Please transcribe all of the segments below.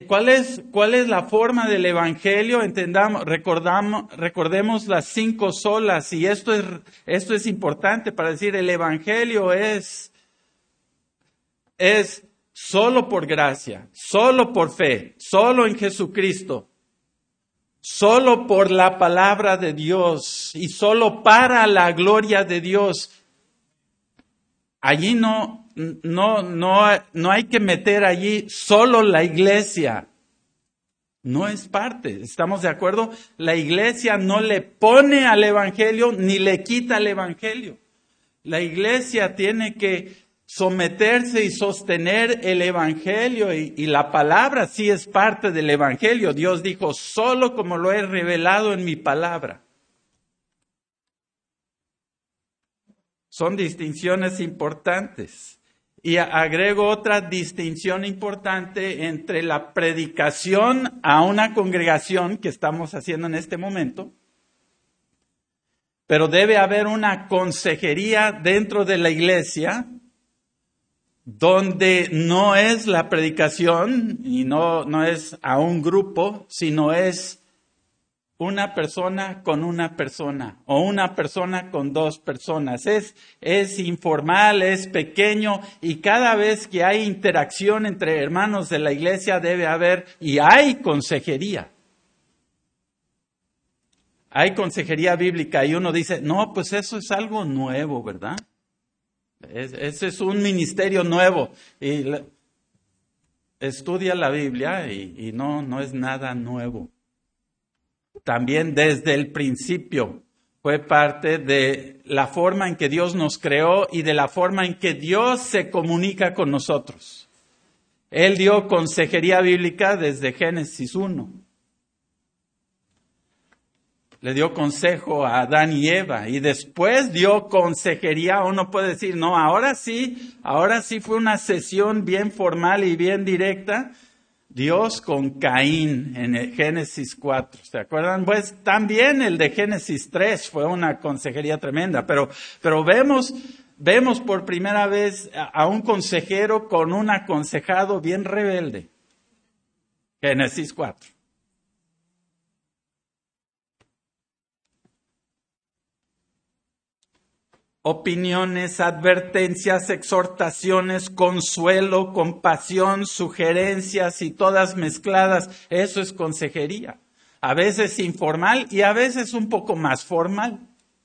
¿Cuál es la forma del evangelio? Recordemos las 5 solas, y esto es importante para decir, el evangelio es solo por gracia, solo por fe, solo en Jesucristo, solo por la palabra de Dios y solo para la gloria de Dios. Allí no hay que meter allí solo la iglesia. No es parte, ¿estamos de acuerdo? La iglesia no le pone al evangelio ni le quita al evangelio. La iglesia tiene que someterse y sostener el evangelio, y la palabra sí es parte del evangelio. Dios dijo, solo como lo he revelado en mi palabra. Son distinciones importantes. Y agrego otra distinción importante entre la predicación a una congregación que estamos haciendo en este momento, pero debe haber una consejería dentro de la iglesia donde no es la predicación y no es a un grupo, sino es una persona con una persona o una persona con 2 personas. Es informal, es pequeño, y cada vez que hay interacción entre hermanos de la iglesia debe haber y hay consejería. Hay consejería bíblica y uno dice, no, pues eso es algo nuevo, ¿verdad? Ese es un ministerio nuevo. Y estudia la Biblia y no es nada nuevo. También desde el principio fue parte de la forma en que Dios nos creó y de la forma en que Dios se comunica con nosotros. Él dio consejería bíblica desde Génesis 1. Le dio consejo a Adán y Eva y después dio consejería. Uno puede decir, no, ahora sí fue una sesión bien formal y bien directa. Dios con Caín en el Génesis 4, ¿se acuerdan? Pues también el de Génesis 3 fue una consejería tremenda, pero vemos por primera vez a un consejero con un aconsejado bien rebelde. Génesis 4. Opiniones, advertencias, exhortaciones, consuelo, compasión, sugerencias y todas mezcladas. Eso es consejería. A veces informal y a veces un poco más formal.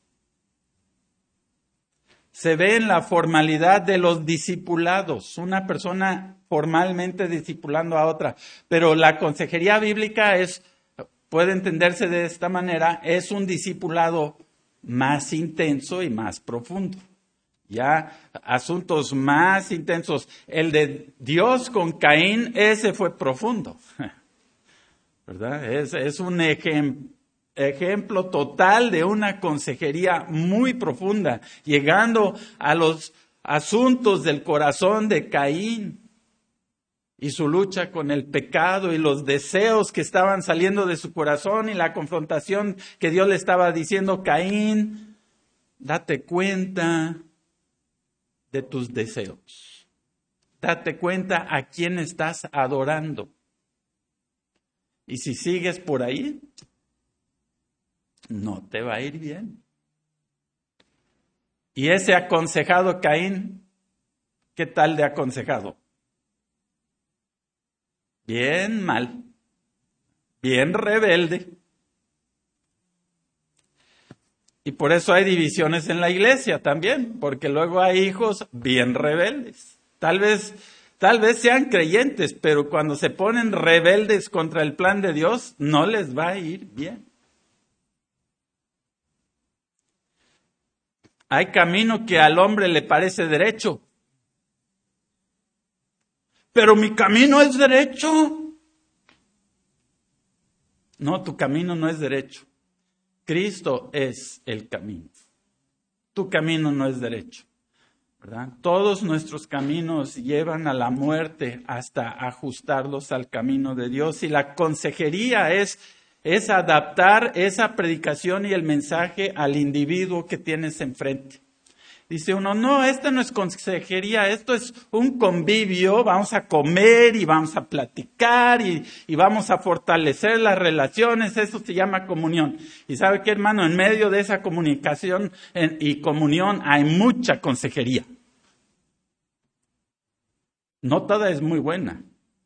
Se ve en la formalidad de los discipulados, una persona formalmente discipulando a otra. Pero la consejería bíblica puede entenderse de esta manera, es un discipulado más intenso y más profundo. Ya asuntos más intensos. El de Dios con Caín, ese fue profundo, ¿verdad? Es un ejemplo total de una consejería muy profunda, llegando a los asuntos del corazón de Caín y su lucha con el pecado y los deseos que estaban saliendo de su corazón y la confrontación que Dios le estaba diciendo, Caín, date cuenta de tus deseos. Date cuenta a quién estás adorando. Y si sigues por ahí, no te va a ir bien. Y ese aconsejado Caín, ¿qué tal de aconsejado? Bien mal, bien rebelde. Y por eso hay divisiones en la iglesia también, porque luego hay hijos bien rebeldes. Tal vez sean creyentes, pero cuando se ponen rebeldes contra el plan de Dios, no les va a ir bien. Hay camino que al hombre le parece derecho, pero mi camino es derecho. No, tu camino no es derecho. Cristo es el camino. Tu camino no es derecho, ¿verdad? Todos nuestros caminos llevan a la muerte hasta ajustarlos al camino de Dios. Y la consejería es adaptar esa predicación y el mensaje al individuo que tienes enfrente. Dice uno, no, esta no es consejería, esto es un convivio, vamos a comer y vamos a platicar y vamos a fortalecer las relaciones, eso se llama comunión. Y ¿sabe qué, hermano? En medio de esa comunicación y comunión hay mucha consejería. No toda es muy buena.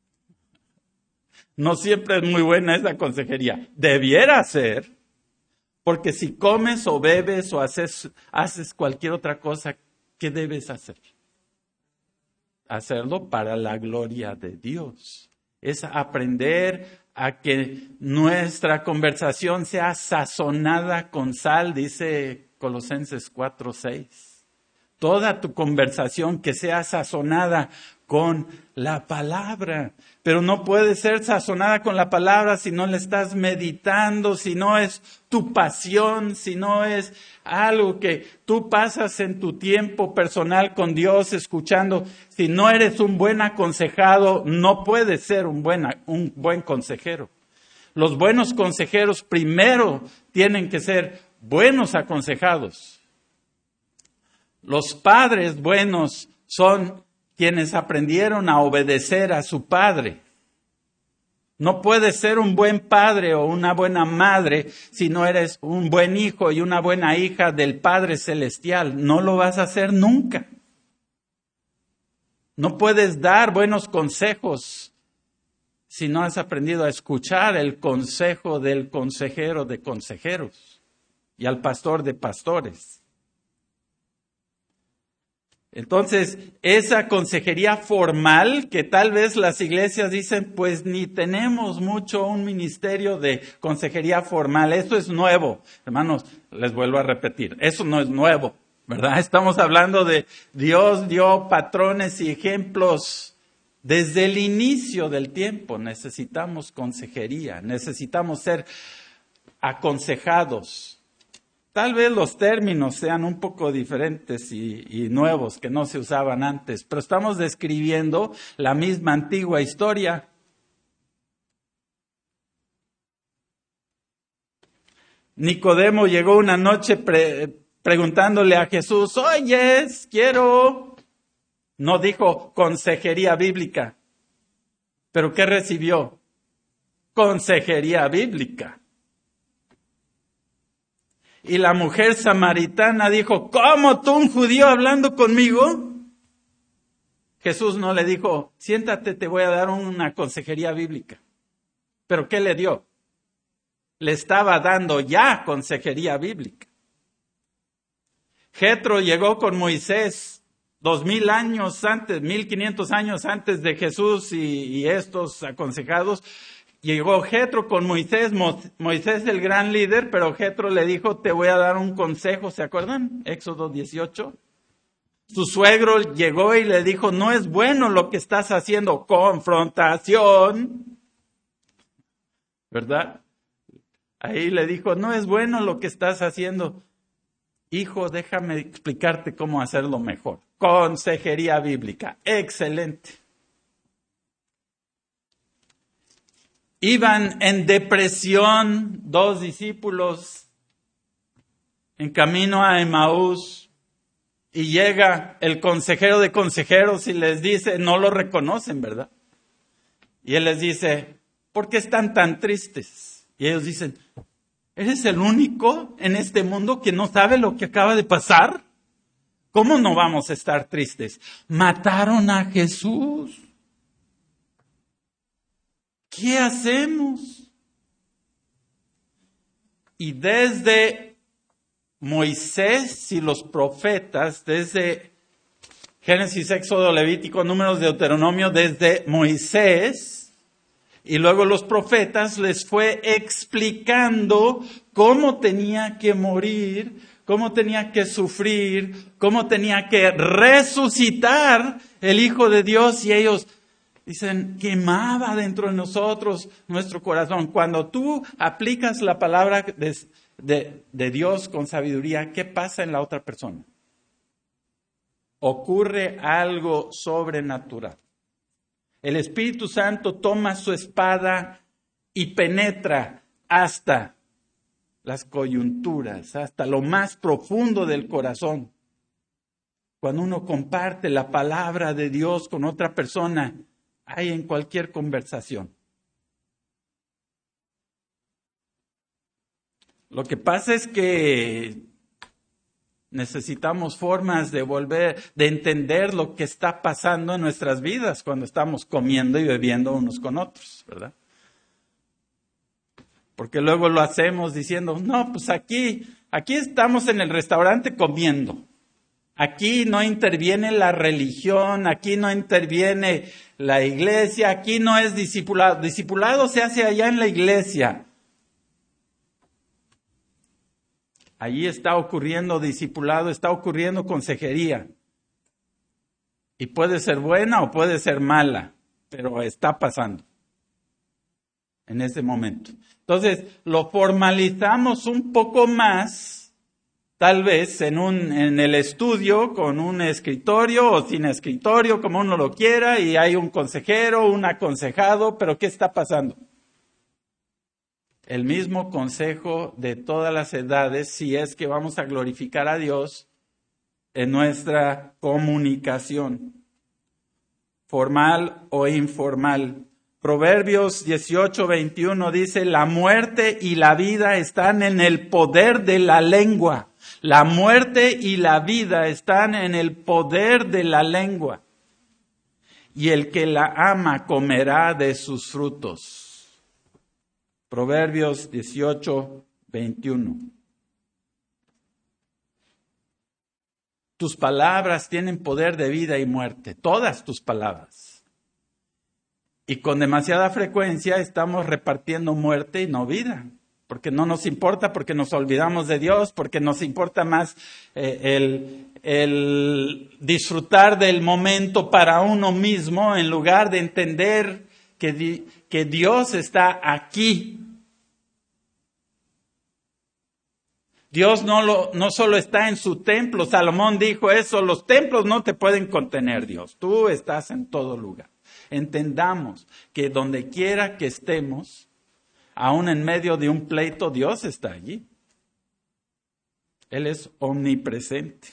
No siempre es muy buena esa consejería. Debiera ser. Porque si comes o bebes o haces cualquier otra cosa, ¿qué debes hacer? Hacerlo para la gloria de Dios. Es aprender a que nuestra conversación sea sazonada con sal, dice Colosenses 4:6. Toda tu conversación que sea sazonada con la palabra. Pero no puede ser sazonada con la palabra si no la estás meditando, si no es tu pasión, si no es algo que tú pasas en tu tiempo personal con Dios escuchando. Si no eres un buen aconsejado, no puedes ser un buen consejero. Los buenos consejeros primero tienen que ser buenos aconsejados. Los padres buenos son quienes aprendieron a obedecer a su padre. No puedes ser un buen padre o una buena madre si no eres un buen hijo y una buena hija del Padre Celestial. No lo vas a hacer nunca. No puedes dar buenos consejos si no has aprendido a escuchar el consejo del consejero de consejeros y al pastor de pastores. Entonces, esa consejería formal que tal vez las iglesias dicen, pues ni tenemos mucho un ministerio de consejería formal. Eso es nuevo. Hermanos, les vuelvo a repetir, eso no es nuevo, ¿verdad? Estamos hablando de Dios dio patrones y ejemplos desde el inicio del tiempo. Necesitamos consejería, necesitamos ser aconsejados. Tal vez los términos sean un poco diferentes y nuevos que no se usaban antes, pero estamos describiendo la misma antigua historia. Nicodemo llegó una noche preguntándole a Jesús, oyes, quiero. No dijo consejería bíblica, pero ¿qué recibió? Consejería bíblica. Y la mujer samaritana dijo, ¿cómo tú, un judío, hablando conmigo? Jesús no le dijo, siéntate, te voy a dar una consejería bíblica. ¿Pero qué le dio? Le estaba dando ya consejería bíblica. Jetro llegó con Moisés 2000 años antes, 1500 años antes de Jesús y estos aconsejados. Llegó Jetro con Moisés, Moisés el gran líder, pero Jetro le dijo, te voy a dar un consejo, ¿se acuerdan? Éxodo 18. Su suegro llegó y le dijo, no es bueno lo que estás haciendo, confrontación, ¿verdad? Ahí le dijo, no es bueno lo que estás haciendo. Hijo, déjame explicarte cómo hacerlo mejor. Consejería bíblica, excelente. Iban en depresión 2 discípulos en camino a Emaús y llega el consejero de consejeros y les dice, no lo reconocen, ¿verdad? Y él les dice, ¿por qué están tan tristes? Y ellos dicen, ¿eres el único en este mundo que no sabe lo que acaba de pasar? ¿Cómo no vamos a estar tristes? Mataron a Jesús. ¿Qué hacemos? Y desde Moisés y los profetas, desde Génesis, Éxodo, Levítico, Números, Deuteronomio, desde Moisés y luego los profetas les fue explicando cómo tenía que morir, cómo tenía que sufrir, cómo tenía que resucitar el Hijo de Dios, y ellos dicen, quemaba dentro de nosotros nuestro corazón. Cuando tú aplicas la palabra de Dios con sabiduría, ¿qué pasa en la otra persona? Ocurre algo sobrenatural. El Espíritu Santo toma su espada y penetra hasta las coyunturas, hasta lo más profundo del corazón. cuando uno comparte la palabra de Dios con otra persona, hay en cualquier conversación. Lo que pasa es que necesitamos formas de entender lo que está pasando en nuestras vidas cuando estamos comiendo y bebiendo unos con otros, ¿verdad? Porque luego lo hacemos diciendo, no, pues aquí estamos en el restaurante comiendo. Aquí no interviene la religión, aquí no interviene la iglesia, aquí no es discipulado. Discipulado se hace allá en la iglesia. Allí está ocurriendo discipulado, está ocurriendo consejería. Y puede ser buena o puede ser mala, pero está pasando en ese momento. Entonces, lo formalizamos un poco más, tal vez en el estudio, con un escritorio o sin escritorio, como uno lo quiera, y hay un consejero, un aconsejado, pero ¿qué está pasando? El mismo consejo de todas las edades, si es que vamos a glorificar a Dios en nuestra comunicación, formal o informal. Proverbios 18:21 dice, la muerte y la vida están en el poder de la lengua. La muerte y la vida están en el poder de la lengua. Y el que la ama comerá de sus frutos. Proverbios 18:21. Tus palabras tienen poder de vida y muerte, todas tus palabras. Y con demasiada frecuencia estamos repartiendo muerte y no vida, porque no nos importa, porque nos olvidamos de Dios, porque nos importa más el disfrutar del momento para uno mismo en lugar de entender que Dios está aquí. Dios no solo está en su templo. Salomón dijo eso, los templos no te pueden contener, Dios. Tú estás en todo lugar. Entendamos que donde quiera que estemos, aún en medio de un pleito, Dios está allí. Él es omnipresente.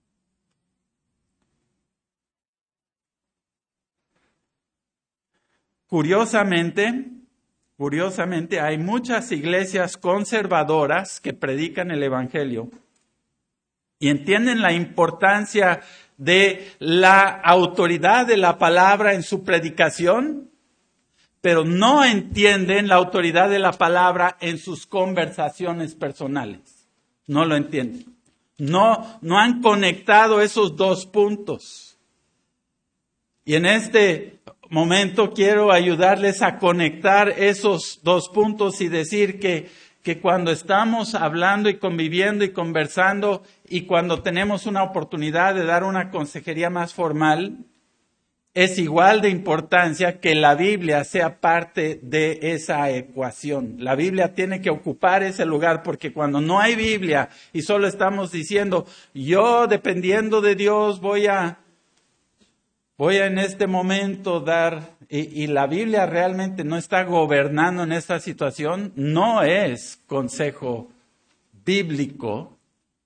Curiosamente, hay muchas iglesias conservadoras que predican el Evangelio y entienden la importancia de la autoridad de la palabra en su predicación, pero no entienden la autoridad de la palabra en sus conversaciones personales. No lo entienden. No han conectado esos dos puntos. Y en este momento quiero ayudarles a conectar esos dos puntos y decir que cuando estamos hablando y conviviendo y conversando y cuando tenemos una oportunidad de dar una consejería más formal, es igual de importancia que la Biblia sea parte de esa ecuación. La Biblia tiene que ocupar ese lugar porque cuando no hay Biblia y solo estamos diciendo, yo dependiendo de Dios voy a en este momento dar, y la Biblia realmente no está gobernando en esta situación, no es consejo bíblico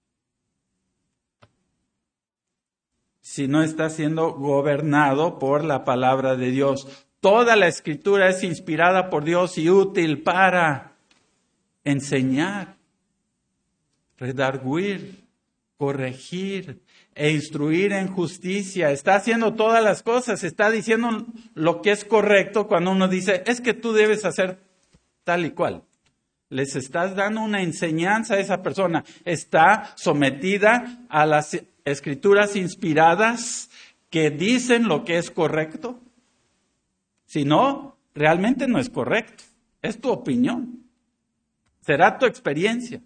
si no está siendo gobernado por la palabra de Dios. Toda la Escritura es inspirada por Dios y útil para enseñar, redarguir, corregir e instruir en justicia. Está haciendo todas las cosas, está diciendo lo que es correcto cuando uno dice, es que tú debes hacer tal y cual. Les estás dando una enseñanza a esa persona. Está sometida a las escrituras inspiradas que dicen lo que es correcto. Si no, realmente no es correcto. Es tu opinión. Será tu experiencia.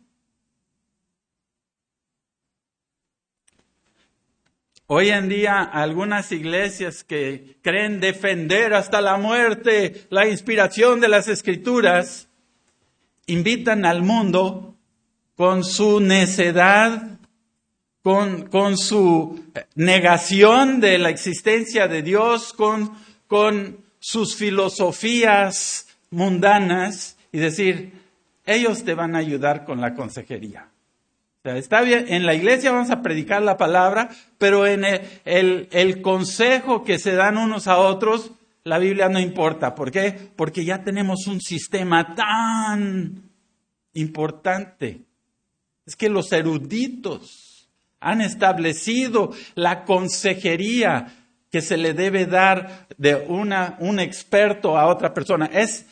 Hoy en día, algunas iglesias que creen defender hasta la muerte la inspiración de las Escrituras, invitan al mundo con su necedad, con su negación de la existencia de Dios, con sus filosofías mundanas y decir, ellos te van a ayudar con la consejería. O sea, está bien, en la iglesia vamos a predicar la palabra, pero en el consejo que se dan unos a otros, la Biblia no importa. ¿Por qué? Porque ya tenemos un sistema tan importante. Es que los eruditos han establecido la consejería que se le debe dar de un experto a otra persona. Es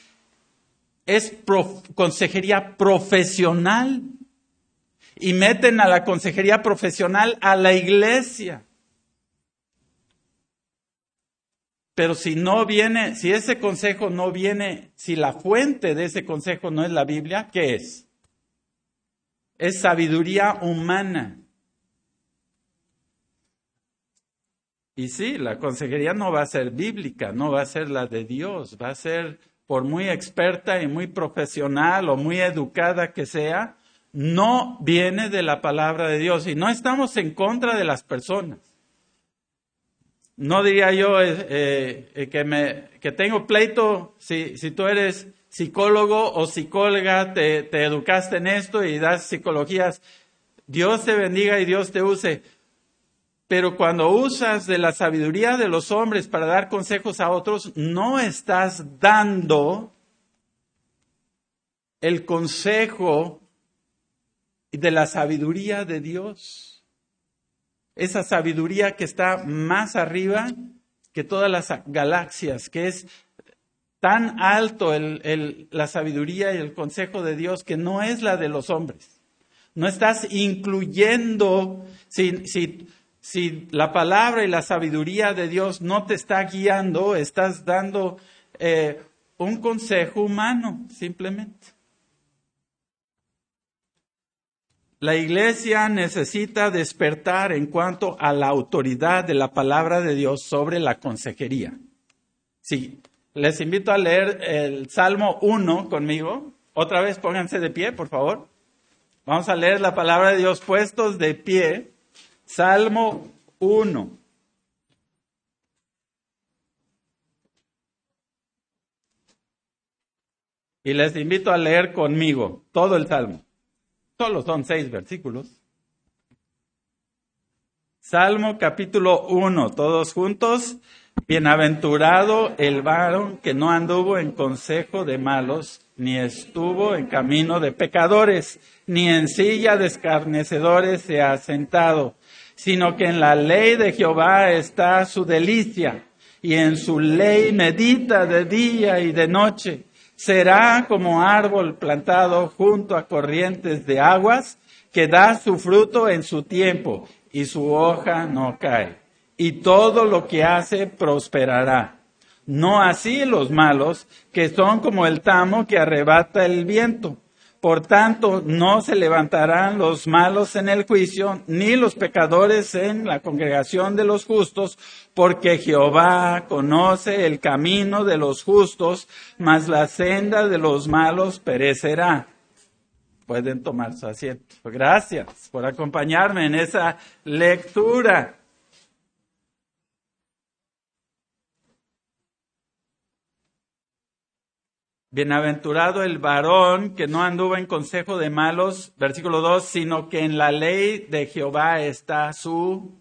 consejería profesional. Y meten a la consejería profesional a la iglesia. Pero si ese consejo no viene, si la fuente de ese consejo no es la Biblia, ¿qué es? Es sabiduría humana. Y sí, la consejería no va a ser bíblica, no va a ser la de Dios, va a ser, por muy experta y muy profesional o muy educada que sea, no viene de la palabra de Dios. Y no estamos en contra de las personas. No diría yo que tengo pleito si tú eres psicólogo o psicóloga, te educaste en esto y das psicologías. Dios te bendiga y Dios te use. Pero cuando usas de la sabiduría de los hombres para dar consejos a otros, no estás dando el consejo de la sabiduría de Dios. Esa sabiduría que está más arriba que todas las galaxias, que es tan alto la sabiduría y el consejo de Dios que no es la de los hombres. No estás incluyendo, si la palabra y la sabiduría de Dios no te está guiando, estás dando un consejo humano, simplemente. La iglesia necesita despertar en cuanto a la autoridad de la palabra de Dios sobre la consejería. Sí, les invito a leer el Salmo 1 conmigo. Otra vez pónganse de pie, por favor. Vamos a leer la palabra de Dios puestos de pie. Salmo 1. Y les invito a leer conmigo todo el Salmo. Solo son 6 versículos. Salmo capítulo 1, todos juntos. Bienaventurado el varón que no anduvo en consejo de malos, ni estuvo en camino de pecadores, ni en silla de escarnecedores se ha sentado, sino que en la ley de Jehová está su delicia, y en su ley medita de día y de noche. Será como árbol plantado junto a corrientes de aguas, que da su fruto en su tiempo, y su hoja no cae. Y todo lo que hace prosperará. No así los malos, que son como el tamo que arrebata el viento. Por tanto, no se levantarán los malos en el juicio, ni los pecadores en la congregación de los justos, porque Jehová conoce el camino de los justos, mas la senda de los malos perecerá. Pueden tomar su asiento. Gracias por acompañarme en esa lectura. Bienaventurado el varón que no anduvo en consejo de malos, versículo 2, sino que en la ley de Jehová está su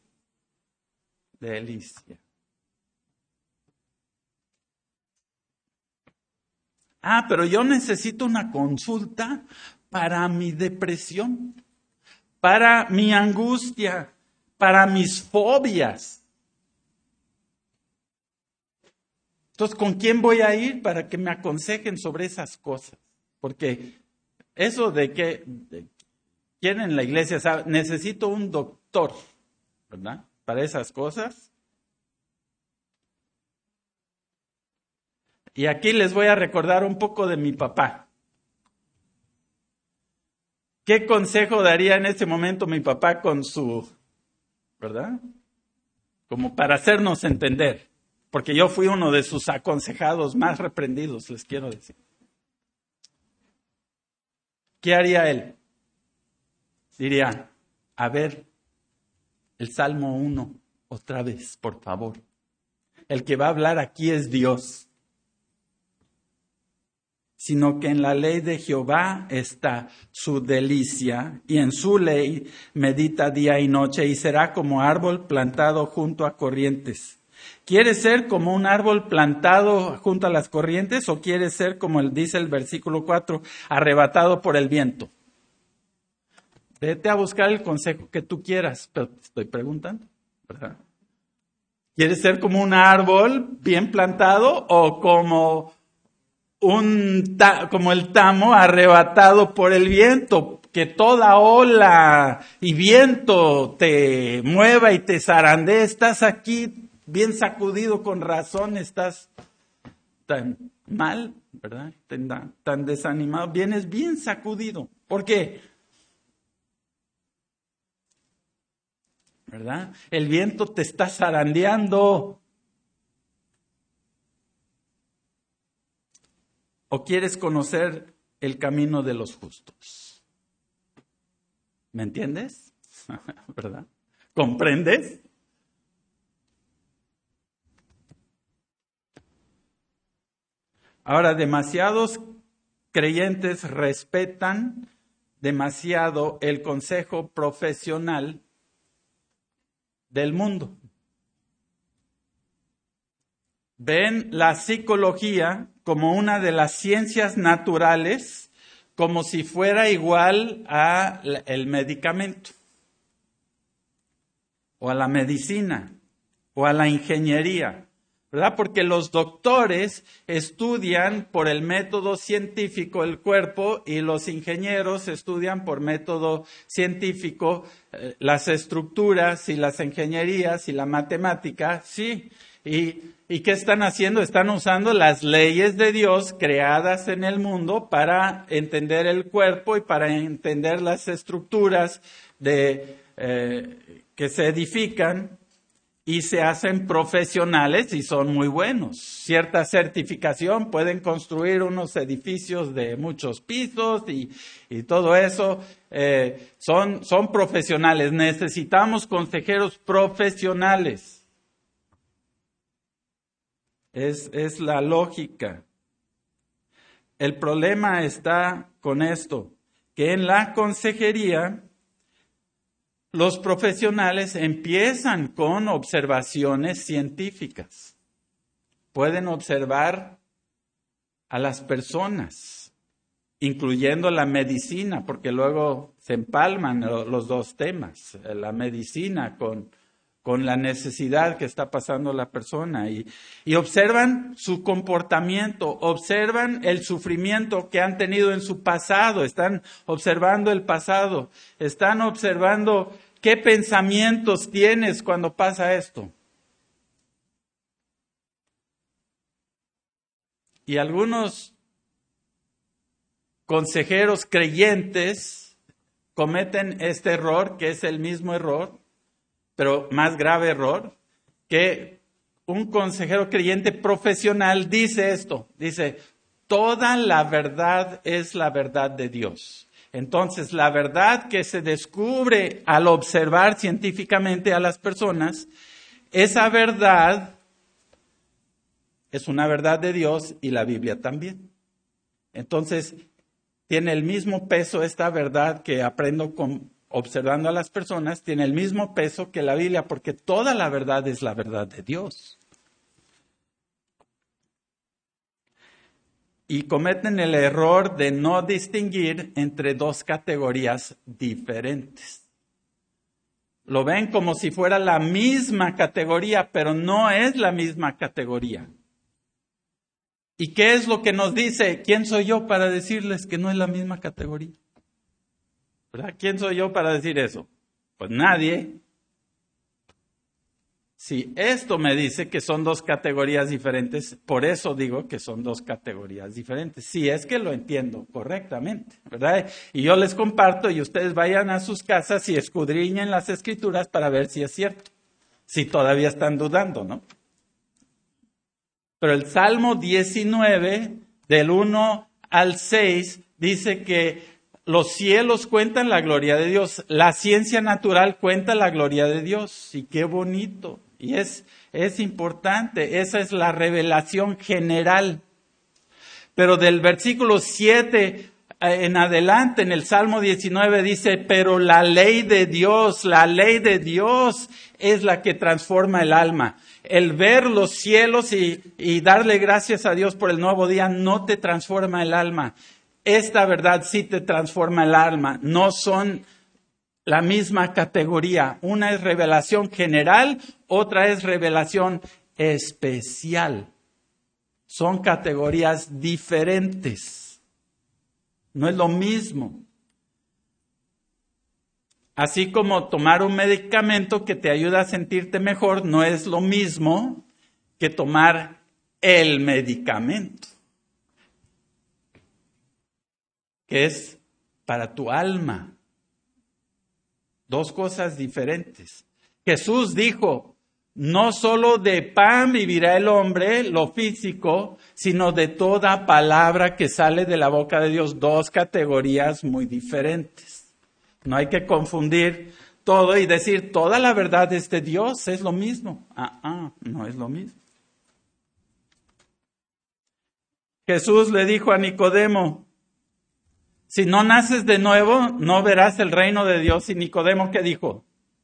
delicia. Pero yo necesito una consulta para mi depresión, para mi angustia, para mis fobias. Entonces, ¿con quién voy a ir para que me aconsejen sobre esas cosas? Porque eso de que quieren en la iglesia, ¿sabe? Necesito un doctor, ¿verdad? Para esas cosas. Y aquí les voy a recordar un poco de mi papá. ¿Qué consejo daría en este momento mi papá con su, ¿verdad? Como para hacernos entender. Porque yo fui uno de sus aconsejados más reprendidos, les quiero decir. ¿Qué haría él? Diría, a ver, el Salmo 1, otra vez, por favor. El que va a hablar aquí es Dios. sino que en la ley de Jehová está su delicia, y en su ley medita día y noche, y será como árbol plantado junto a corrientes. ¿Quieres ser como un árbol plantado junto a las corrientes, o quieres ser, como dice el versículo 4, arrebatado por el viento? Vete a buscar el consejo que tú quieras, pero te estoy preguntando, ¿verdad? ¿Quieres ser como un árbol bien plantado o como el tamo arrebatado por el viento? Que toda ola y viento te mueva y te zarandee. Estás aquí bien sacudido, con razón estás tan mal, ¿verdad? Tan desanimado. Vienes bien sacudido. ¿Por qué? ¿Verdad? El viento te está zarandeando. ¿O quieres conocer el camino de los justos? ¿Me entiendes? ¿Verdad? ¿Comprendes? Ahora, demasiados creyentes respetan demasiado el consejo profesional del mundo. Ven la psicología como una de las ciencias naturales, como si fuera igual a el medicamento, o a la medicina, o a la ingeniería, ¿verdad? Porque los doctores estudian por el método científico el cuerpo, y los ingenieros estudian por método científico las estructuras y las ingenierías y la matemática, sí. ¿Y qué están haciendo? Están usando las leyes de Dios creadas en el mundo para entender el cuerpo y para entender las estructuras que se edifican, y se hacen profesionales y son muy buenos. Cierta certificación, pueden construir unos edificios de muchos pisos y todo eso. Son profesionales. Necesitamos consejeros profesionales. Es la lógica. El problema está con esto, que en la consejería los profesionales empiezan con observaciones científicas. Pueden observar a las personas, incluyendo la medicina, porque luego se empalman los dos temas, la medicina con la necesidad que está pasando la persona, y observan su comportamiento, observan el sufrimiento que han tenido en su pasado, están observando el pasado, están observando qué pensamientos tienes cuando pasa esto. Y algunos consejeros creyentes cometen este error, que es el mismo error, pero más grave error, que un consejero creyente profesional dice esto, dice, toda la verdad es la verdad de Dios. Entonces, la verdad que se descubre al observar científicamente a las personas, esa verdad es una verdad de Dios, y la Biblia también. Entonces, tiene el mismo peso esta verdad que aprendo observando a las personas, tiene el mismo peso que la Biblia, porque toda la verdad es la verdad de Dios. Y cometen el error de no distinguir entre dos categorías diferentes. Lo ven como si fuera la misma categoría, pero no es la misma categoría. ¿Y qué es lo que nos dice? ¿Quién soy yo para decirles que no es la misma categoría? ¿Verdad? ¿Quién soy yo para decir eso? Pues nadie. Si esto me dice que son dos categorías diferentes, por eso digo que son dos categorías diferentes. Si es que lo entiendo correctamente, ¿verdad? Y yo les comparto, y ustedes vayan a sus casas y escudriñen las Escrituras para ver si es cierto. Si todavía están dudando, ¿no? Pero el Salmo 19, del 1 al 6, dice que los cielos cuentan la gloria de Dios, la ciencia natural cuenta la gloria de Dios, y qué bonito, y es importante, esa es la revelación general. Pero del versículo 7 en adelante, en el Salmo 19 dice, pero la ley de Dios es la que transforma el alma. El ver los cielos y darle gracias a Dios por el nuevo día no te transforma el alma. Esta verdad sí te transforma el alma. No son la misma categoría. Una es revelación general, otra es revelación especial. Son categorías diferentes. No es lo mismo. Así como tomar un medicamento que te ayuda a sentirte mejor, no es lo mismo que tomar el medicamento, que es para tu alma. Dos cosas diferentes. Jesús dijo, no solo de pan vivirá el hombre, lo físico, sino de toda palabra que sale de la boca de Dios. Dos categorías muy diferentes. No hay que confundir todo y decir toda la verdad es de Dios, es lo mismo. No es lo mismo. Jesús le dijo a Nicodemo, si no naces de nuevo, no verás el reino de Dios. Y Nicodemo, ¿qué dijo?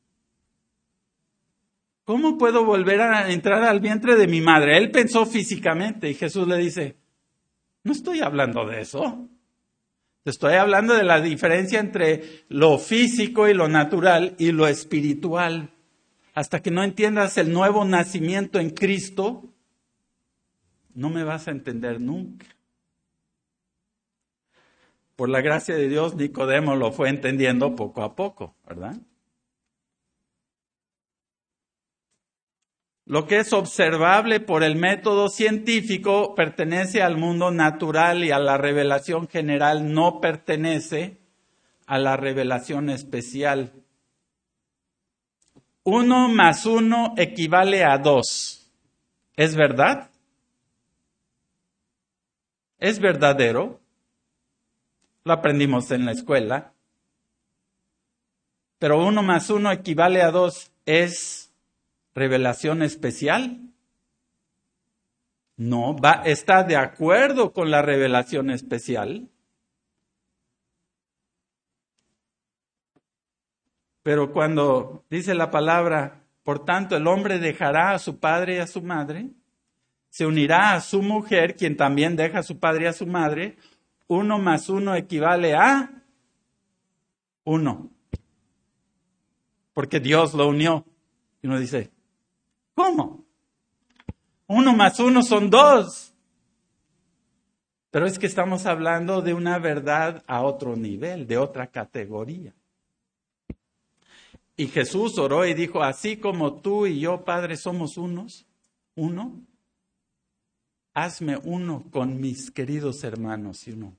¿Cómo puedo volver a entrar al vientre de mi madre? Él pensó físicamente y Jesús le dice, no estoy hablando de eso. Te estoy hablando de la diferencia entre lo físico y lo natural y lo espiritual. Hasta que no entiendas el nuevo nacimiento en Cristo, no me vas a entender nunca. Por la gracia de Dios, Nicodemo lo fue entendiendo poco a poco, ¿verdad? Lo que es observable por el método científico pertenece al mundo natural y a la revelación general no pertenece a la revelación especial. 1 más 1 equivale a 2. ¿Es verdad? ¿Es verdadero? Lo aprendimos en la escuela. Pero 1 más 1 equivale a 2. ¿Es revelación especial? No, está de acuerdo con la revelación especial. Pero cuando dice la palabra, por tanto el hombre dejará a su padre y a su madre, se unirá a su mujer, quien también deja a su padre y a su madre, 1 más 1 equivale a 1. Porque Dios lo unió. Y uno dice, ¿cómo? 1 más 1 son 2. Pero es que estamos hablando de una verdad a otro nivel, de otra categoría. Y Jesús oró y dijo, así como tú y yo, Padre, somos uno, hazme uno con mis queridos hermanos. Y uno,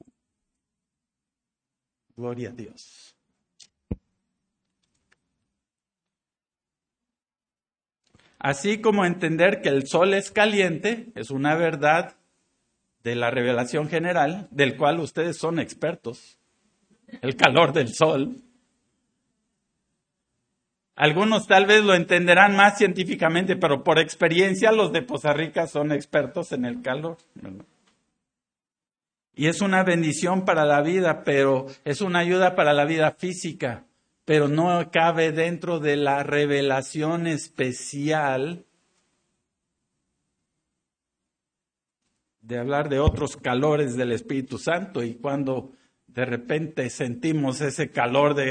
gloria a Dios. Así como entender que el sol es caliente, es una verdad de la revelación general, del cual ustedes son expertos, el calor del sol. Algunos tal vez lo entenderán más científicamente, pero por experiencia los de Poza Rica son expertos en el calor. Y es una bendición para la vida, pero es una ayuda para la vida física, pero no cabe dentro de la revelación especial de hablar de otros calores del Espíritu Santo. Y cuando de repente sentimos ese calor de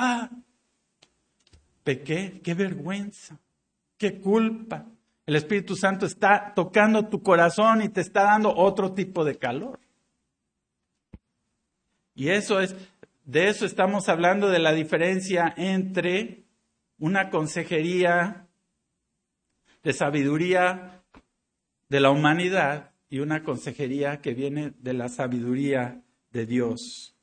pequé, qué vergüenza, qué culpa. El Espíritu Santo está tocando tu corazón y te está dando otro tipo de calor. Y de eso estamos hablando, de la diferencia entre una consejería de sabiduría de la humanidad y una consejería que viene de la sabiduría de Dios.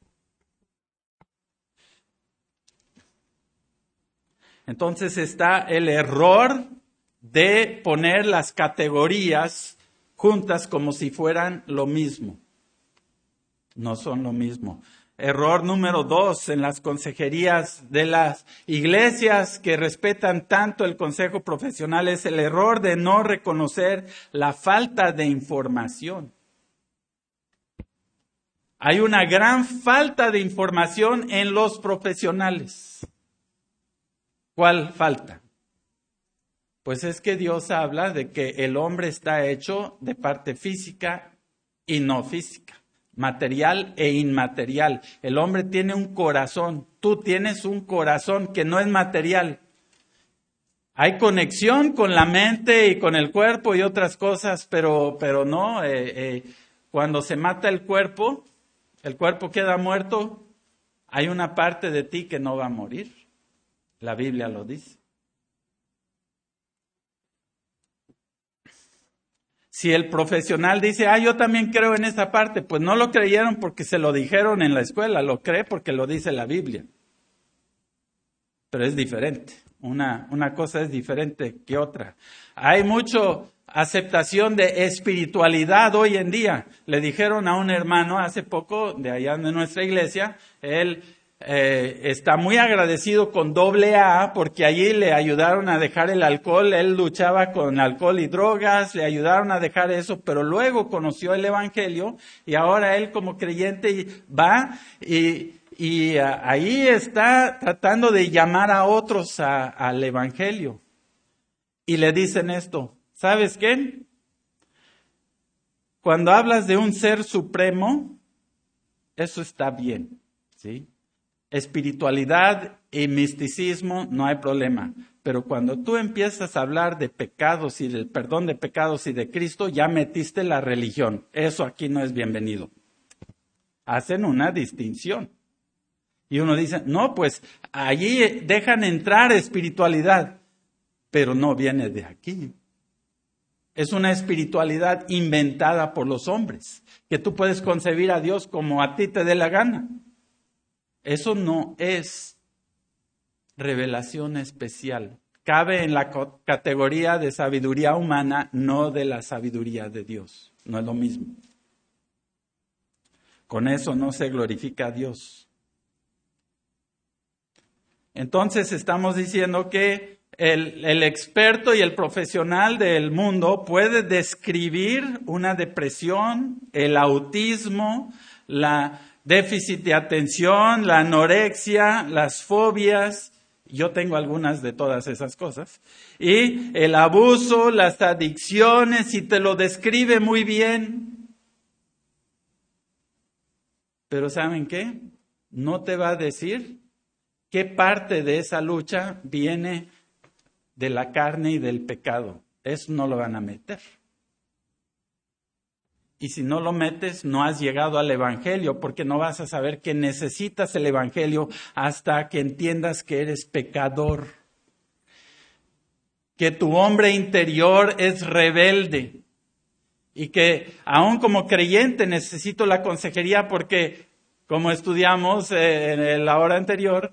Entonces está el error de poner las categorías juntas como si fueran lo mismo. No son lo mismo. Error número 2 en las consejerías de las iglesias que respetan tanto el consejo profesional es el error de no reconocer la falta de información. Hay una gran falta de información en los profesionales. ¿Cuál falta? Pues es que Dios habla de que el hombre está hecho de parte física y no física, material e inmaterial. El hombre tiene un corazón, tú tienes un corazón que no es material. Hay conexión con la mente y con el cuerpo y otras cosas, pero no, cuando se mata el cuerpo queda muerto, hay una parte de ti que no va a morir. La Biblia lo dice. Si el profesional dice, yo también creo en esa parte, pues no lo creyeron porque se lo dijeron en la escuela, lo cree porque lo dice la Biblia. Pero es diferente. Una cosa es diferente que otra. Hay mucha aceptación de espiritualidad hoy en día. Le dijeron a un hermano hace poco, de allá de nuestra iglesia, él está muy agradecido con AA porque allí le ayudaron a dejar el alcohol. Él luchaba con alcohol y drogas, le ayudaron a dejar eso, pero luego conoció el Evangelio y ahora él como creyente va y ahí está tratando de llamar a otros al Evangelio. Y le dicen esto, ¿sabes qué? Cuando hablas de un ser supremo, eso está bien, ¿sí? Espiritualidad y misticismo, no hay problema. Pero cuando tú empiezas a hablar de pecados y del perdón de pecados y de Cristo, ya metiste la religión. Eso aquí no es bienvenido. Hacen una distinción. Y uno dice, no, pues allí dejan entrar espiritualidad, pero no viene de aquí. Es una espiritualidad inventada por los hombres, que tú puedes concebir a Dios como a ti te dé la gana. Eso no es revelación especial. Cabe en la categoría de sabiduría humana, no de la sabiduría de Dios. No es lo mismo. Con eso no se glorifica a Dios. Entonces estamos diciendo que el experto y el profesional del mundo puede describir una depresión, el autismo, la déficit de atención, la anorexia, las fobias. Yo tengo algunas de todas esas cosas. Y el abuso, las adicciones, y te lo describe muy bien. Pero ¿saben qué? No te va a decir qué parte de esa lucha viene de la carne y del pecado. Eso no lo van a meter. Y si no lo metes, no has llegado al Evangelio, porque no vas a saber que necesitas el Evangelio hasta que entiendas que eres pecador. Que tu hombre interior es rebelde. Y que aún como creyente necesito la consejería porque, como estudiamos en la hora anterior,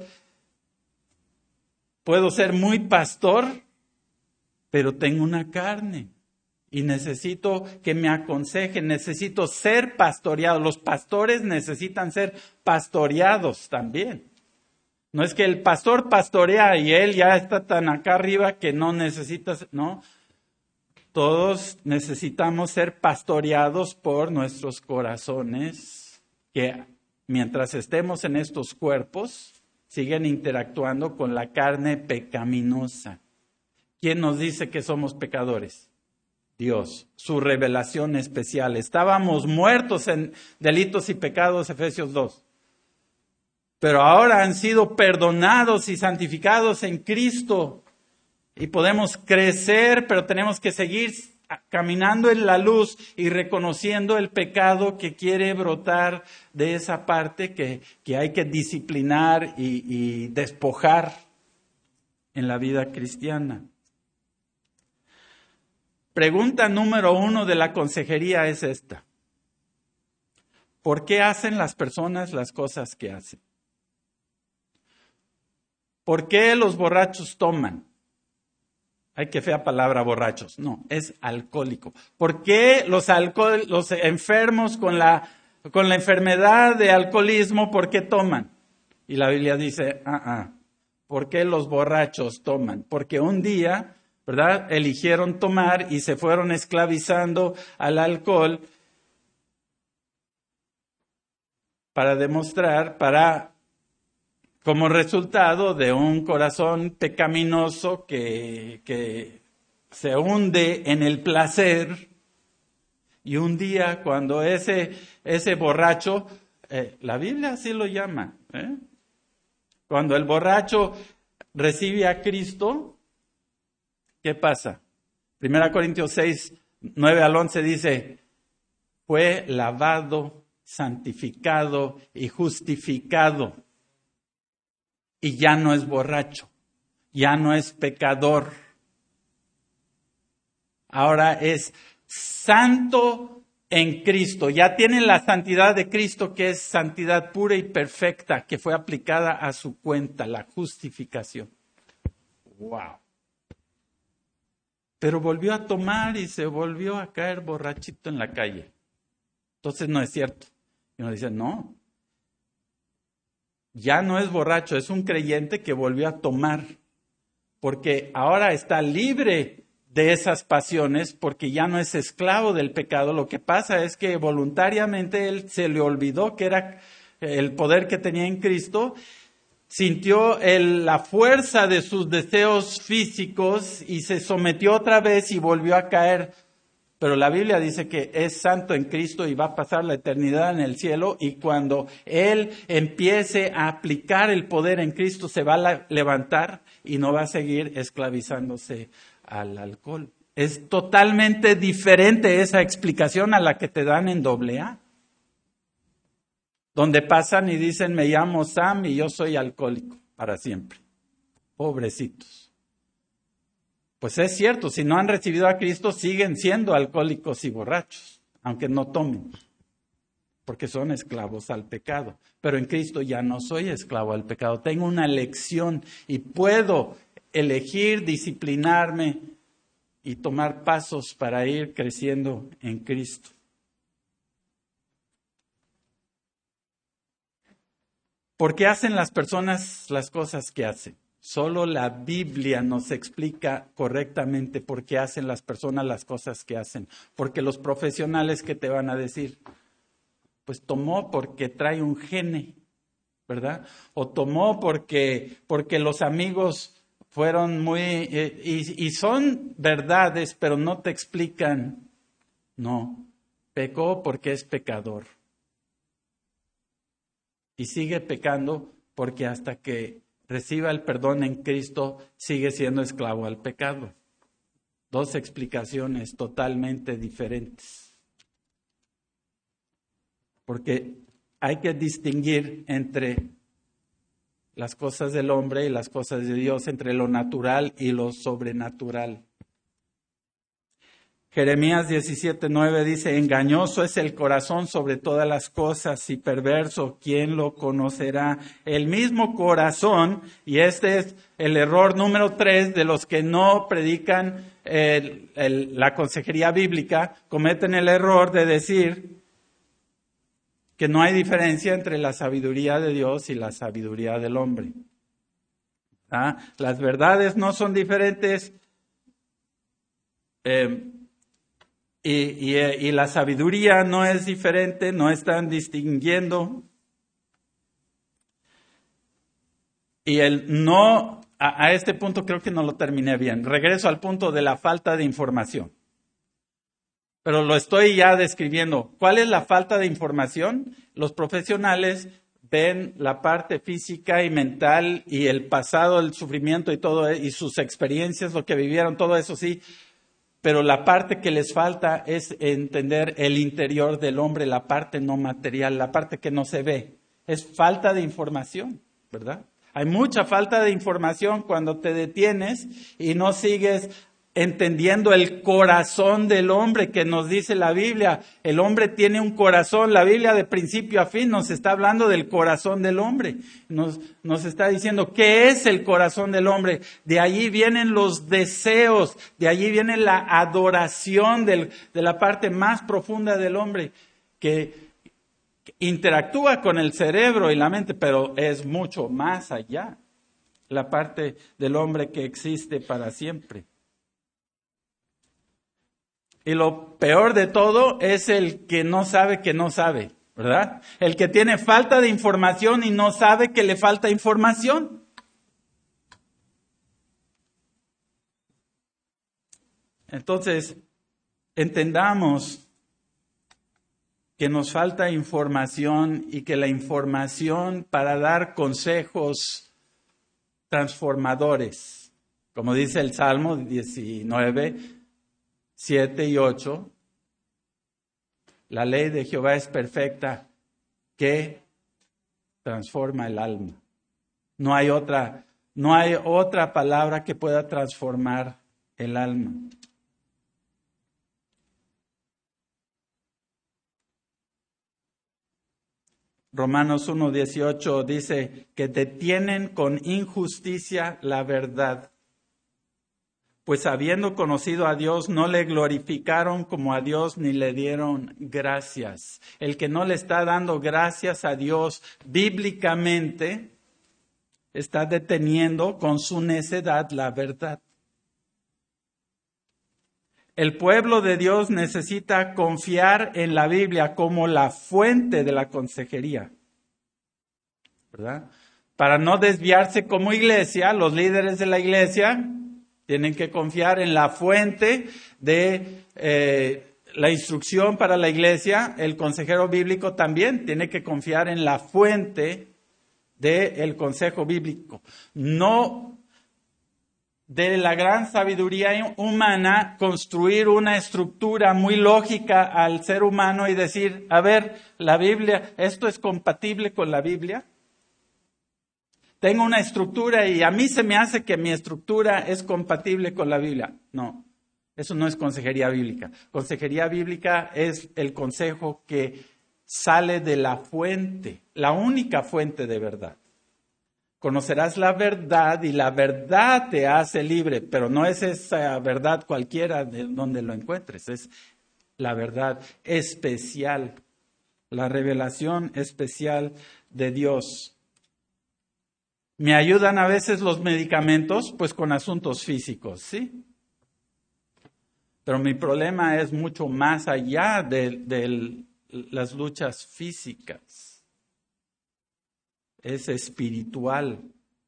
puedo ser muy pastor, pero tengo una carne y necesito que me aconsejen, necesito ser pastoreado. Los pastores necesitan ser pastoreados también. No es que el pastor pastorea y él ya está tan acá arriba que no necesitas, no. Todos necesitamos ser pastoreados por nuestros corazones que mientras estemos en estos cuerpos siguen interactuando con la carne pecaminosa. ¿Quién nos dice que somos pecadores? Dios, su revelación especial. Estábamos muertos en delitos y pecados, Efesios 2. Pero ahora han sido perdonados y santificados en Cristo. Y podemos crecer, pero tenemos que seguir caminando en la luz y reconociendo el pecado que quiere brotar de esa parte que hay que disciplinar y despojar en la vida cristiana. Pregunta número 1 de la consejería es esta. ¿Por qué hacen las personas las cosas que hacen? ¿Por qué los borrachos toman? Ay, qué fea palabra, borrachos. No, es alcohólico. ¿Por qué los enfermos con la enfermedad de alcoholismo, por qué toman? Y la Biblia dice, ¿por qué los borrachos toman? Porque un día, ¿verdad?, eligieron tomar y se fueron esclavizando al alcohol. para demostrar, como resultado de un corazón pecaminoso que se hunde en el placer. Y un día cuando ese borracho, la Biblia así lo llama, cuando el borracho recibe a Cristo, ¿qué pasa? 1 Corintios 6, 9 al 11 dice, fue lavado, santificado y justificado. Y ya no es borracho, ya no es pecador. Ahora es santo en Cristo. Ya tiene la santidad de Cristo, que es santidad pura y perfecta, que fue aplicada a su cuenta, la justificación. ¡Wow! Pero volvió a tomar y se volvió a caer borrachito en la calle. Entonces no es cierto. Y uno dice, no. Ya no es borracho, es un creyente que volvió a tomar. Porque ahora está libre de esas pasiones, porque ya no es esclavo del pecado. Lo que pasa es que voluntariamente él se le olvidó que era el poder que tenía en Cristo, sintió la fuerza de sus deseos físicos y se sometió otra vez y volvió a caer. Pero la Biblia dice que es santo en Cristo y va a pasar la eternidad en el cielo, y cuando él empiece a aplicar el poder en Cristo se va a levantar y no va a seguir esclavizándose al alcohol. Es totalmente diferente esa explicación a la que te dan en AA, donde pasan y dicen, me llamo Sam y yo soy alcohólico para siempre. Pobrecitos. Pues es cierto, si no han recibido a Cristo siguen siendo alcohólicos y borrachos, aunque no tomen, porque son esclavos al pecado. Pero en Cristo ya no soy esclavo al pecado, tengo una elección y puedo elegir disciplinarme y tomar pasos para ir creciendo en Cristo. ¿Por qué hacen las personas las cosas que hacen? Solo la Biblia nos explica correctamente por qué hacen las personas las cosas que hacen. Porque los profesionales, ¿qué te van a decir? Pues tomó porque trae un gene, ¿verdad? O tomó porque los amigos fueron muy... y son verdades, pero no te explican. No, pecó porque es pecador. Y sigue pecando porque hasta que reciba el perdón en Cristo, sigue siendo esclavo al pecado. Dos explicaciones totalmente diferentes. Porque hay que distinguir entre las cosas del hombre y las cosas de Dios, entre lo natural y lo sobrenatural. Jeremías 17:9 dice, engañoso es el corazón sobre todas las cosas y perverso, ¿quién lo conocerá? El mismo corazón, y este es el error número 3 de los que no predican la consejería bíblica, cometen el error de decir que no hay diferencia entre la sabiduría de Dios y la sabiduría del hombre. Las verdades no son diferentes. Y la sabiduría no es diferente, no están distinguiendo. Y a este punto creo que no lo terminé bien. Regreso al punto de la falta de información. Pero lo estoy ya describiendo. ¿Cuál es la falta de información? Los profesionales ven la parte física y mental y el pasado, el sufrimiento y todo, y sus experiencias, lo que vivieron, todo eso sí. Pero la parte que les falta es entender el interior del hombre, la parte no material, la parte que no se ve. Es falta de información, ¿verdad? Hay mucha falta de información cuando te detienes y no sigues entendiendo el corazón del hombre que nos dice la Biblia. El hombre tiene un corazón. La Biblia de principio a fin nos está hablando del corazón del hombre. Nos está diciendo qué es el corazón del hombre. De allí vienen los deseos, de allí viene la adoración de la parte más profunda del hombre, que interactúa con el cerebro y la mente, pero es mucho más allá. La parte del hombre que existe para siempre. Y lo peor de todo es el que no sabe que no sabe. ¿verdad? El que tiene falta de información y no sabe que le falta información. Entonces, entendamos que nos falta información y que la información para dar consejos transformadores, como dice el Salmo 19, 7 y 8, la ley de Jehová es perfecta que transforma el alma. No hay otra palabra que pueda transformar el alma. Romanos 1:18 dice que detienen con injusticia la verdad, pues habiendo conocido a Dios no le glorificaron como a Dios ni le dieron gracias. El que no le está dando gracias a Dios bíblicamente está deteniendo con su necedad la verdad. El pueblo de Dios necesita confiar en la Biblia como la fuente de la consejería, ¿verdad? Para no desviarse como iglesia, los líderes de la iglesia tienen que confiar en la fuente de la instrucción para la iglesia. El consejero bíblico también tiene que confiar en la fuente del consejo bíblico. No de la gran sabiduría humana construir una estructura muy lógica al ser humano y decir, a ver, la Biblia, ¿esto es compatible con la Biblia? Tengo una estructura y a mí se me hace que mi estructura es compatible con la Biblia. No, eso no es consejería bíblica. Consejería bíblica es el consejo que sale de la fuente, la única fuente de verdad. Conocerás la verdad y la verdad te hace libre, pero no es esa verdad cualquiera de donde lo encuentres, es la verdad especial, la revelación especial de Dios. ¿Me ayudan a veces los medicamentos? Pues con asuntos físicos, ¿sí? Pero mi problema es mucho más allá de las luchas físicas. Es espiritual.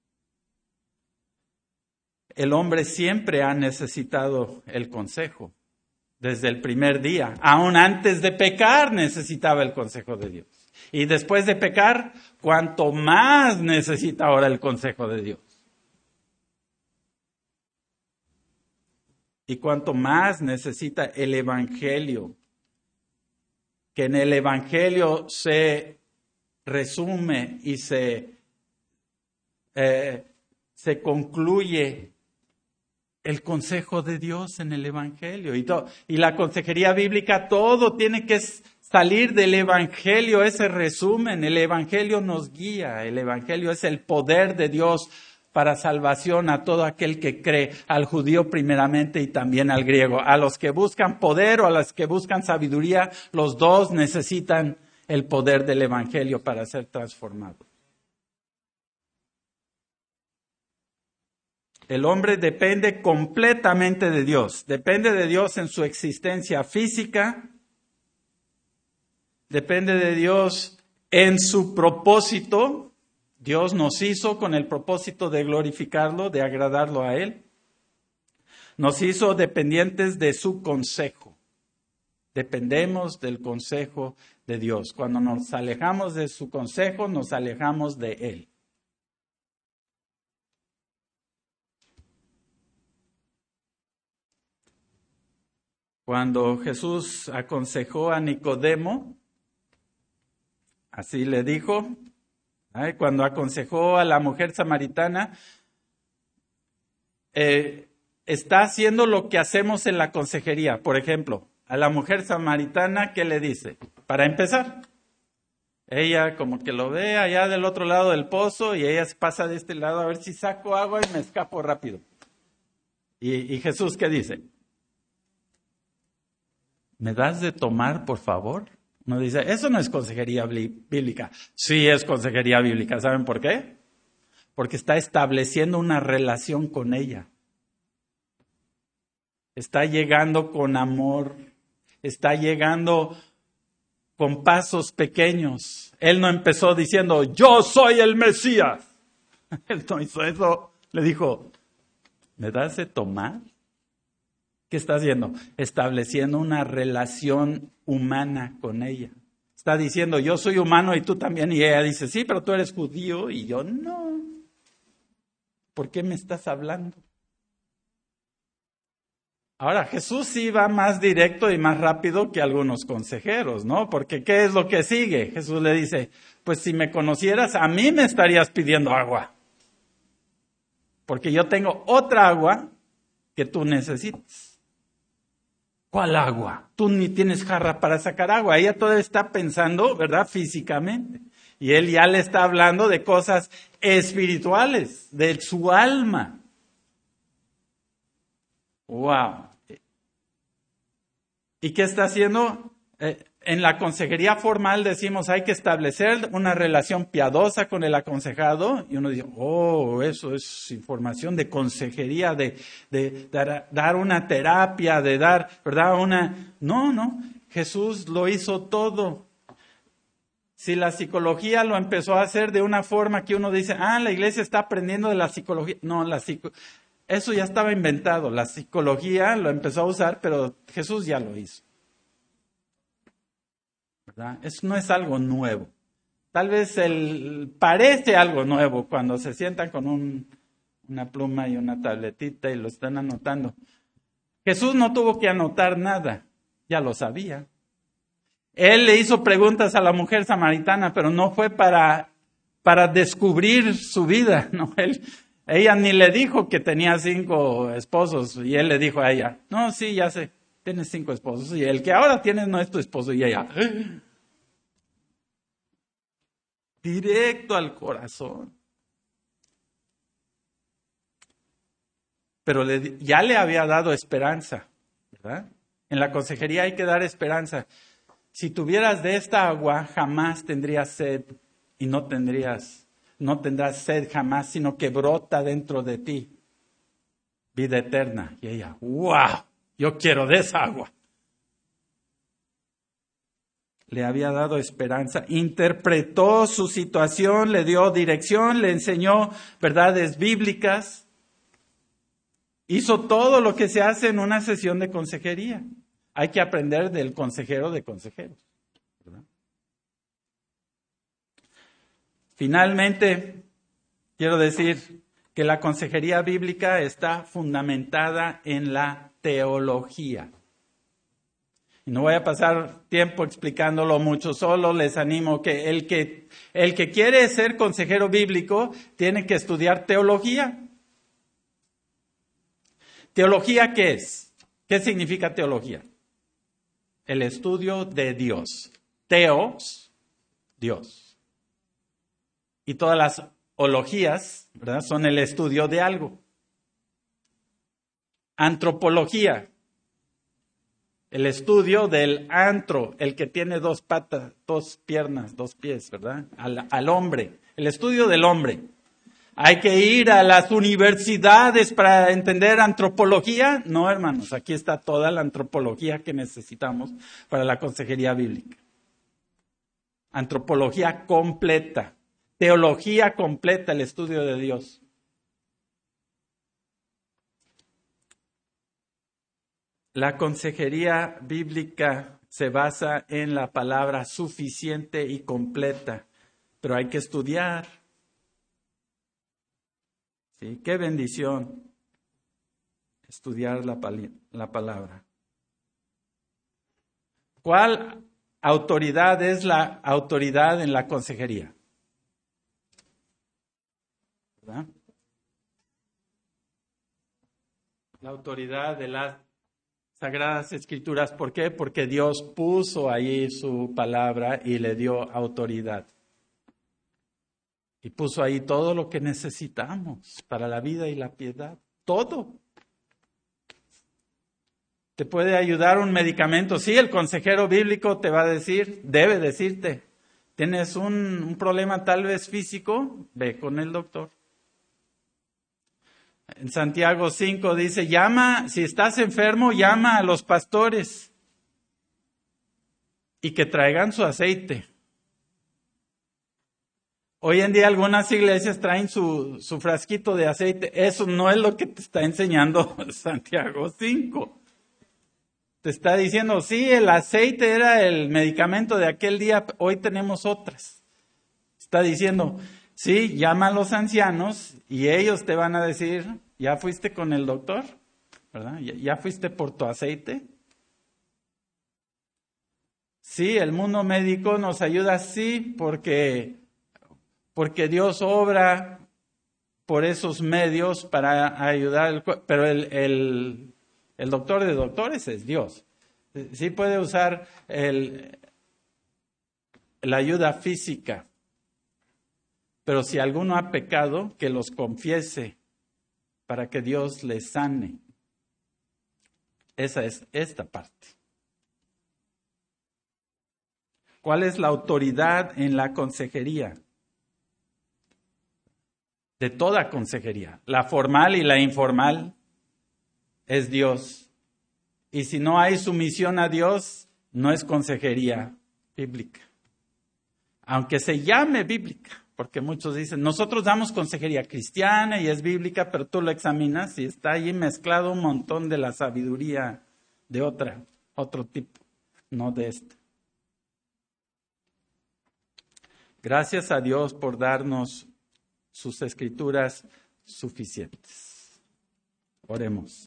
El hombre siempre ha necesitado el consejo. Desde el primer día. Aún antes de pecar necesitaba el consejo de Dios. Y después de pecar, cuanto más necesita ahora el consejo de Dios. Y cuanto más necesita el Evangelio. Que en el Evangelio se resume y se concluye el consejo de Dios en el Evangelio. Y la consejería bíblica, todo tiene que salir del Evangelio, ese resumen. El Evangelio nos guía, el Evangelio es el poder de Dios para salvación a todo aquel que cree, al judío primeramente y también al griego. A los que buscan poder o a los que buscan sabiduría, los dos necesitan el poder del Evangelio para ser transformados. El hombre depende completamente de Dios. Depende de Dios en su existencia física. Depende de Dios en su propósito. Dios nos hizo con el propósito de glorificarlo, de agradarlo a Él. Nos hizo dependientes de su consejo. Dependemos del consejo de Dios. Cuando nos alejamos de su consejo, nos alejamos de Él. Cuando Jesús aconsejó a Nicodemo, así le dijo, cuando aconsejó a la mujer samaritana, está haciendo lo que hacemos en la consejería. Por ejemplo, a la mujer samaritana, ¿qué le dice? Para empezar, ella como que lo ve allá del otro lado del pozo y ella se pasa de este lado a ver si saco agua y me escapo rápido. ¿Y Jesús qué dice? ¿Me das de tomar, por favor? Uno dice, eso no es consejería bíblica. Sí es consejería bíblica. ¿Saben por qué? Porque está estableciendo una relación con ella. Está llegando con amor. Está llegando con pasos pequeños. Él no empezó diciendo, yo soy el Mesías. Él no hizo eso. Le dijo, ¿me das de tomar? ¿Qué está haciendo? Estableciendo una relación humana con ella. Está diciendo, yo soy humano y tú también. Y ella dice, sí, pero tú eres judío y yo no. ¿Por qué me estás hablando? Ahora, Jesús sí va más directo y más rápido que algunos consejeros, ¿no? Porque ¿qué es lo que sigue? Jesús le dice, pues si me conocieras, a mí me estarías pidiendo agua. Porque yo tengo otra agua que tú necesitas. ¿Cuál agua? Tú ni tienes jarra para sacar agua. Ella todavía está pensando, ¿verdad? Físicamente. Y él ya le está hablando de cosas espirituales, de su alma. ¡Wow! ¿Y qué está haciendo? En la consejería formal decimos hay que establecer una relación piadosa con el aconsejado. Y uno dice, oh, eso es información de consejería, de dar una terapia, de dar, ¿verdad? No, Jesús lo hizo todo. Si la psicología lo empezó a hacer de una forma que uno dice, la iglesia está aprendiendo de la psicología. No, eso ya estaba inventado. La psicología lo empezó a usar, pero Jesús ya lo hizo. ¿Verdad? Eso no es algo nuevo. Tal vez parece algo nuevo cuando se sientan con una pluma y una tabletita y lo están anotando. Jesús no tuvo que anotar nada, ya lo sabía. Él le hizo preguntas a la mujer samaritana, pero no fue para descubrir su vida, ¿no? Ella ni le dijo que tenía 5 esposos y él le dijo a ella, no, sí, ya sé, tienes 5 esposos y el que ahora tienes no es tu esposo. Y ella, directo al corazón. Pero ya le había dado esperanza, ¿verdad? En la consejería hay que dar esperanza. Si tuvieras de esta agua, jamás tendrías sed y no tendrás sed jamás, sino que brota dentro de ti vida eterna. Y ella, ¡wow! Yo quiero de esa agua. Le había dado esperanza, interpretó su situación, le dio dirección, le enseñó verdades bíblicas. Hizo todo lo que se hace en una sesión de consejería. Hay que aprender del consejero de consejeros, ¿verdad? Finalmente, quiero decir que la consejería bíblica está fundamentada en la teología. Y no voy a pasar tiempo explicándolo mucho, solo les animo que el que quiere ser consejero bíblico tiene que estudiar teología. ¿Teología qué es? ¿Qué significa teología? El estudio de Dios. Teos, Dios. Y todas las ologías, ¿verdad? Son el estudio de algo. Antropología. El estudio del antro, el que tiene 2 patas, 2 piernas, 2 pies, ¿verdad? Al hombre. El estudio del hombre. ¿Hay que ir a las universidades para entender antropología? No, hermanos, aquí está toda la antropología que necesitamos para la consejería bíblica. Antropología completa, teología completa, el estudio de Dios. La consejería bíblica se basa en la palabra suficiente y completa, pero hay que estudiar. ¿Sí? Qué bendición estudiar la palabra. ¿Cuál autoridad es la autoridad en la consejería? ¿Verdad? La autoridad de las Sagradas Escrituras. ¿Por qué? Porque Dios puso ahí su palabra y le dio autoridad. Y puso ahí todo lo que necesitamos para la vida y la piedad. Todo. ¿Te puede ayudar un medicamento? Sí, el consejero bíblico te va a decir, debe decirte, tienes un problema tal vez físico, ve con el doctor. En Santiago 5 dice, si estás enfermo, llama a los pastores. y que traigan su aceite. Hoy en día algunas iglesias traen su frasquito de aceite. Eso no es lo que te está enseñando Santiago 5. Te está diciendo, sí, el aceite era el medicamento de aquel día, hoy tenemos otras. Está diciendo, sí, llama a los ancianos y ellos te van a decir, ¿ya fuiste con el doctor? ¿Verdad? ¿Ya fuiste por tu aceite? Sí, el mundo médico nos ayuda, sí, porque Dios obra por esos medios para ayudar, pero el doctor de doctores es Dios. Sí puede usar la ayuda física, pero si alguno ha pecado, que los confiese para que Dios les sane. Esa es esta parte. ¿Cuál es la autoridad en la consejería? De toda consejería, la formal y la informal, es Dios. Y si no hay sumisión a Dios, no es consejería bíblica. Aunque se llame bíblica, porque muchos dicen, nosotros damos consejería cristiana y es bíblica, pero tú lo examinas y está allí mezclado un montón de la sabiduría de otro tipo, no de esta. Gracias a Dios por darnos sus escrituras suficientes. Oremos.